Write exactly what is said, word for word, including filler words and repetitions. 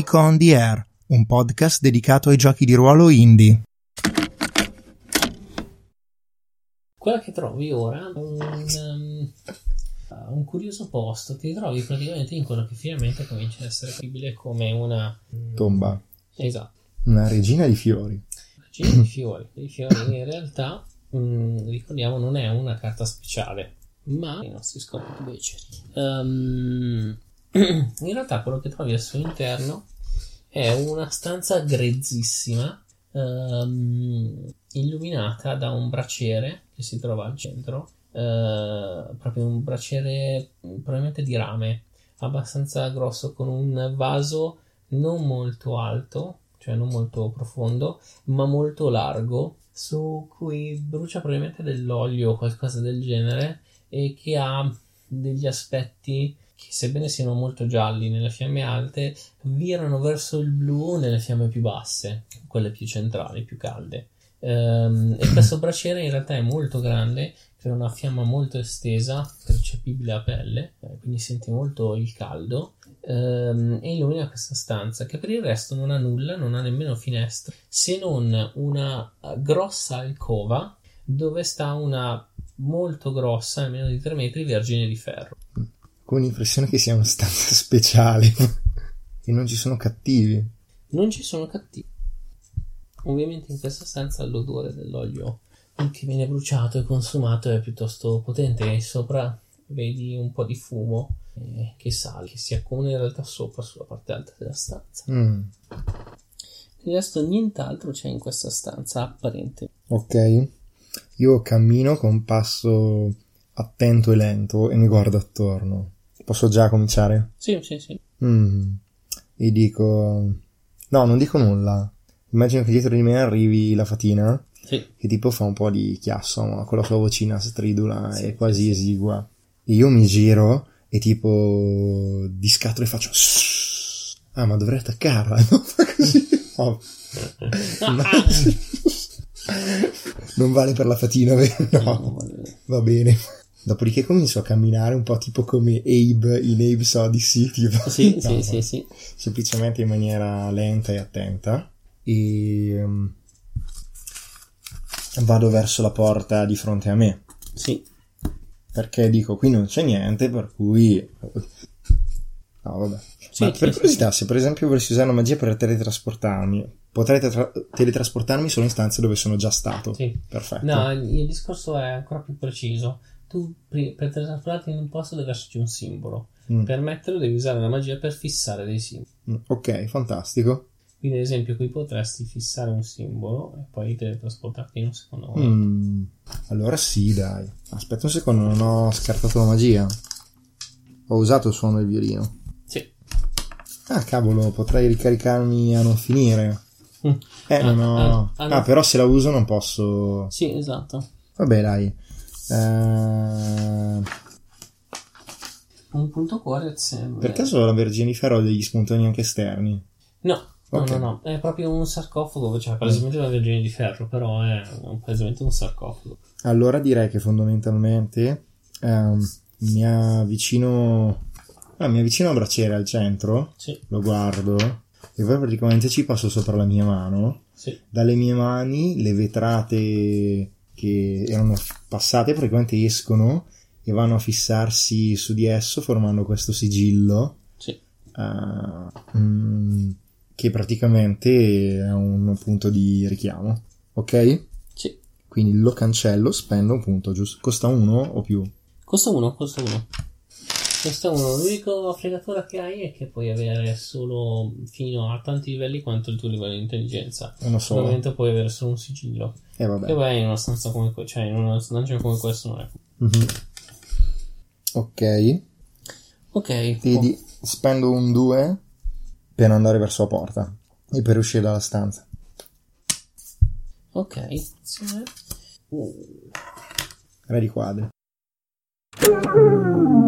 Geek on the Air, un podcast dedicato ai giochi di ruolo indie. Quella che trovi ora è un, um, un curioso posto. Ti trovi praticamente in quello che finalmente comincia a essere capibile come una tomba. Esatto. Una regina di fiori. Regina di fiori. I fiori in realtà, mh, ricordiamo, non è una carta speciale, ma i nostri scopi beceri. Um, in realtà quello che trovi al suo interno è una stanza grezzissima, um, illuminata da un braciere che si trova al centro, uh, proprio un braciere probabilmente di rame, abbastanza grosso, con un vaso non molto alto, cioè non molto profondo, ma molto largo, su cui brucia probabilmente dell'olio o qualcosa del genere, e che ha degli aspetti che, sebbene siano molto gialli nelle fiamme alte, virano verso il blu nelle fiamme più basse, quelle più centrali, più calde. Um, e questo braciere in realtà è molto grande, crea una fiamma molto estesa, percepibile a pelle, eh, quindi senti molto il caldo, um, e illumina questa stanza, che per il resto non ha nulla, non ha nemmeno finestre, se non una grossa alcova dove sta una molto grossa, almeno di tre metri, vergine di ferro. Con l'impressione che sia una stanza speciale e non ci sono cattivi. Non ci sono cattivi. Ovviamente in questa stanza l'odore dell'olio che viene bruciato e consumato è piuttosto potente, e sopra vedi un po' di fumo eh, che sale, che si accumula in realtà sopra, sulla parte alta della stanza. Mm. Il resto nient'altro c'è in questa stanza apparente. Ok, io cammino con passo attento e lento e mi guardo attorno. Posso già cominciare? Sì, sì, sì. Mm. E dico... No, non dico nulla. Immagino che dietro di me arrivi la fatina, sì, che tipo fa un po' di chiasso, ma con la sua vocina stridula sì, e quasi sì, esigua. E io mi giro e tipo di scatto e faccio... Ah, ma dovrei attaccarla, non fa così. No. No. Non vale per la fatina, vero? No, va bene. Dopodiché comincio a camminare un po' tipo come Abe in Abe's Odyssey, tipo. Sì, no, sì, sì, sì. Semplicemente in maniera lenta e attenta. E um, vado verso la porta di fronte a me. Sì. Perché dico, qui non c'è niente, per cui... No, vabbè. Sì, Ma sì, per sì, curiosità, sì. se per esempio volessi usare una magia per teletrasportarmi, potrei tra- teletrasportarmi solo in stanze dove sono già stato. Sì. Perfetto. No, il discorso è ancora più preciso. Tu pri- per teletrasportarti in un posto deve esserci un simbolo. Mm. Per metterlo devi usare la magia per fissare dei simboli. Mm, ok, fantastico. Quindi ad esempio qui potresti fissare un simbolo e poi teletrasportarti in un secondo momento. Mm. Allora sì, dai. Aspetta un secondo, non ho scartato la magia. Ho usato il suono del violino. Sì. Ah, cavolo, potrei ricaricarmi a non finire. Mm. Eh, Ah, non ho... ah, ah, no. Ah, però se la uso non posso... Sì, esatto. Vabbè, dai. Uh... Un punto cuore sembra... Per caso la Vergine di Ferro ha degli spuntoni anche esterni? No, no, Ok. no, no. È proprio un sarcofago, cioè palesemente una vergine di ferro, però è palesemente un sarcofago. Allora direi che fondamentalmente ehm, mi avvicino... Ah, mi avvicino al braciere al centro, Sì, lo guardo e poi praticamente ci passo sopra la mia mano. sì. Dalle mie mani le vetrate che erano passate praticamente escono e vanno a fissarsi su di esso formando questo sigillo, Sì. uh, mm, che praticamente è un punto di richiamo, ok? Sì. Quindi lo cancello, spendo un punto, giusto? Costa uno o più? Costa uno, costa uno. Costa uno. L'unica fregatura che hai è che puoi avere solo fino a tanti livelli quanto il tuo livello di intelligenza. Uno Al solo. momento puoi avere solo un sigillo. E eh, vabbè. Che vai in una stanza come que- cioè in una dungeon come questo non è. Mm-hmm. Ok. Ok. Vedi, oh. Spendo un due per andare verso la porta e per uscire dalla stanza. Ok. Uh. Re di quadri.